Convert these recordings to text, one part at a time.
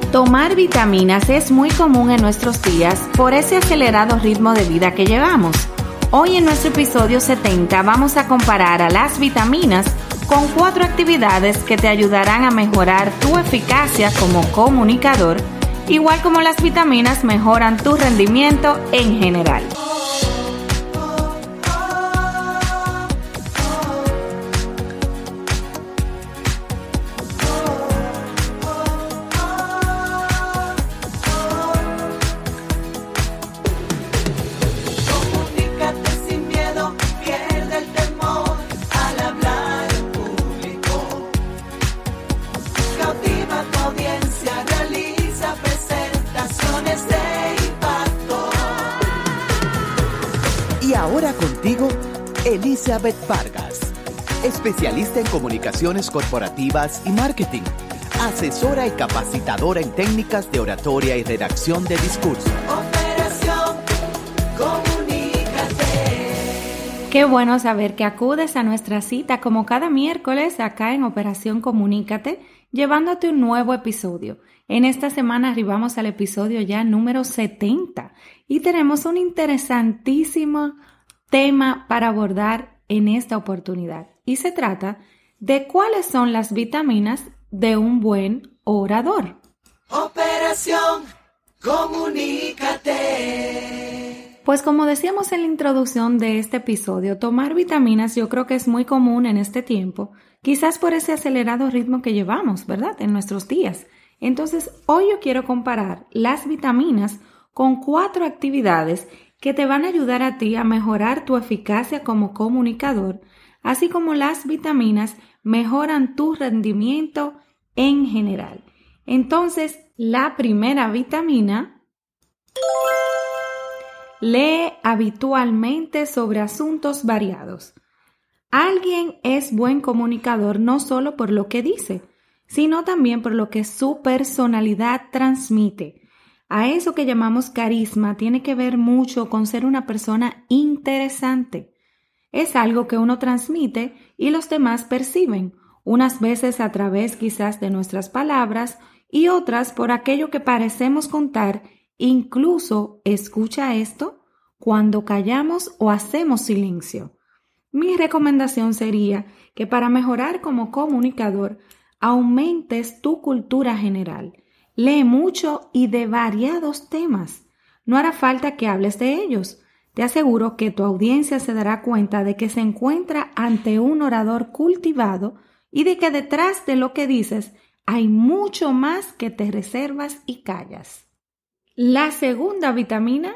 Tomar vitaminas es muy común en nuestros días por ese acelerado ritmo de vida que llevamos. Hoy en nuestro episodio 70 vamos a comparar a las vitaminas con 4 actividades que te ayudarán a mejorar tu eficacia como comunicador, igual como las vitaminas mejoran tu rendimiento en general. Y ahora contigo, Elizabeth Vargas, especialista en comunicaciones corporativas y marketing, asesora y capacitadora en técnicas de oratoria y redacción de discurso. Operación Comunícate. Qué bueno saber que acudes a nuestra cita como cada miércoles acá en Operación Comunícate, llevándote un nuevo episodio. En esta semana arribamos al episodio ya número 70 y tenemos un interesantísimo tema para abordar en esta oportunidad. Y se trata de cuáles son las vitaminas de un buen orador. Operación Comunícate. Pues como decíamos en la introducción de este episodio, tomar vitaminas yo creo que es muy común en este tiempo, quizás por ese acelerado ritmo que llevamos, ¿verdad?, en nuestros días. Entonces, hoy yo quiero comparar las vitaminas con 4 actividades que te van a ayudar a ti a mejorar tu eficacia como comunicador, así como las vitaminas mejoran tu rendimiento en general. Entonces, la primera vitamina: lee habitualmente sobre asuntos variados. Alguien es buen comunicador no solo por lo que dice, sino también por lo que su personalidad transmite. A eso que llamamos carisma tiene que ver mucho con ser una persona interesante. Es algo que uno transmite y los demás perciben, unas veces a través quizás de nuestras palabras y otras por aquello que parecemos contar. Incluso, escucha esto, cuando callamos o hacemos silencio. Mi recomendación sería que para mejorar como comunicador, aumentes tu cultura general. Lee mucho y de variados temas. No hará falta que hables de ellos. Te aseguro que tu audiencia se dará cuenta de que se encuentra ante un orador cultivado y de que detrás de lo que dices hay mucho más que te reservas y callas. La segunda vitamina: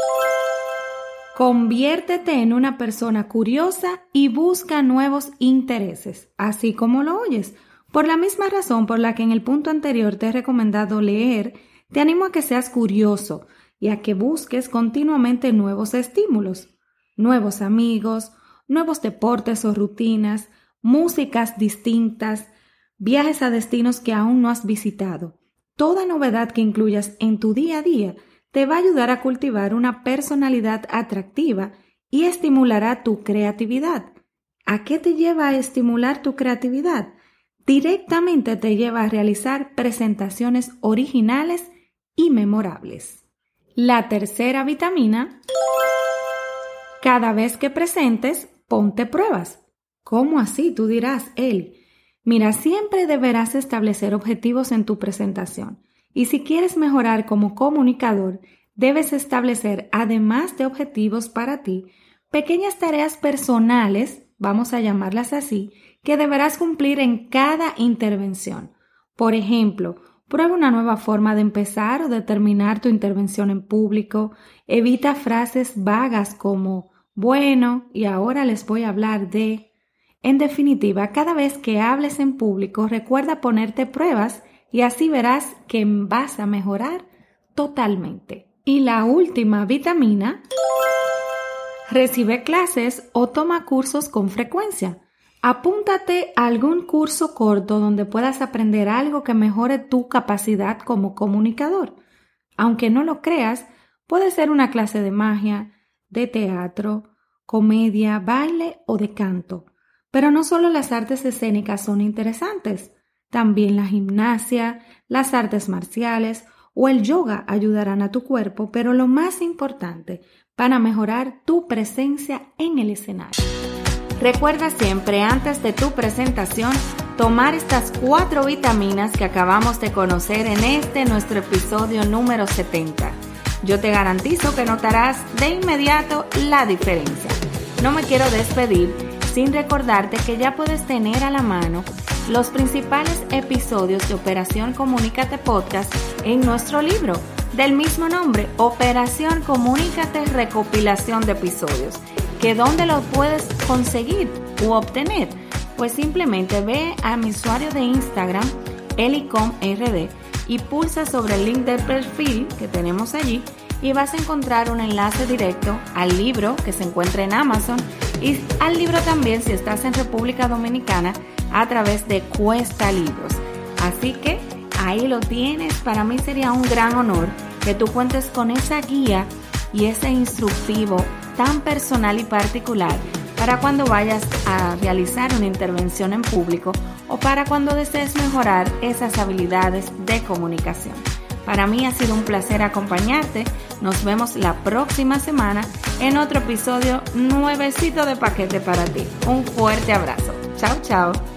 conviértete en una persona curiosa y busca nuevos intereses, así como lo oyes. Por la misma razón por la que en el punto anterior te he recomendado leer, te animo a que seas curioso y a que busques continuamente nuevos estímulos, nuevos amigos, nuevos deportes o rutinas, músicas distintas, viajes a destinos que aún no has visitado. Toda novedad que incluyas en tu día a día te va a ayudar a cultivar una personalidad atractiva y estimulará tu creatividad. ¿A qué te lleva a estimular tu creatividad? Directamente te lleva a realizar presentaciones originales y memorables. La tercera vitamina: cada vez que presentes, ponte pruebas. ¿Cómo así? Tú dirás, Eli. Mira, siempre deberás establecer objetivos en tu presentación. Y si quieres mejorar como comunicador, debes establecer, además de objetivos para ti, pequeñas tareas personales, vamos a llamarlas así, que deberás cumplir en cada intervención. Por ejemplo, prueba una nueva forma de empezar o de terminar tu intervención en público. Evita frases vagas como bueno, y ahora les voy a hablar de. En definitiva, cada vez que hables en público, recuerda ponerte pruebas y así verás que vas a mejorar totalmente. Y la última vitamina: recibe clases o toma cursos con frecuencia. Apúntate a algún curso corto donde puedas aprender algo que mejore tu capacidad como comunicador. Aunque no lo creas, puede ser una clase de magia, de teatro, comedia, baile o de canto. Pero no solo las artes escénicas son interesantes. También la gimnasia, las artes marciales o el yoga ayudarán a tu cuerpo, pero lo más importante, para mejorar tu presencia en el escenario. Recuerda siempre, antes de tu presentación, tomar estas 4 vitaminas que acabamos de conocer en nuestro episodio número 70. Yo te garantizo que notarás de inmediato la diferencia. No me quiero despedir sin recordarte que ya puedes tener a la mano los principales episodios de Operación Comunícate Podcast en nuestro libro del mismo nombre, Operación Comunícate Recopilación de Episodios. ¿Que dónde lo puedes conseguir u obtener? Pues simplemente ve a mi usuario de Instagram, elicomrd, y pulsa sobre el link del perfil que tenemos allí y vas a encontrar un enlace directo al libro que se encuentra en Amazon y al libro también si estás en República Dominicana a través de Cuesta Libros. Así que ahí lo tienes. Para mí sería un gran honor que tú cuentes con esa guía y ese instructivo tan personal y particular para cuando vayas a realizar una intervención en público o para cuando desees mejorar esas habilidades de comunicación. Para mí ha sido un placer acompañarte. Nos vemos la próxima semana en otro episodio nuevecito de paquete para ti. Un fuerte abrazo. Chao, chao.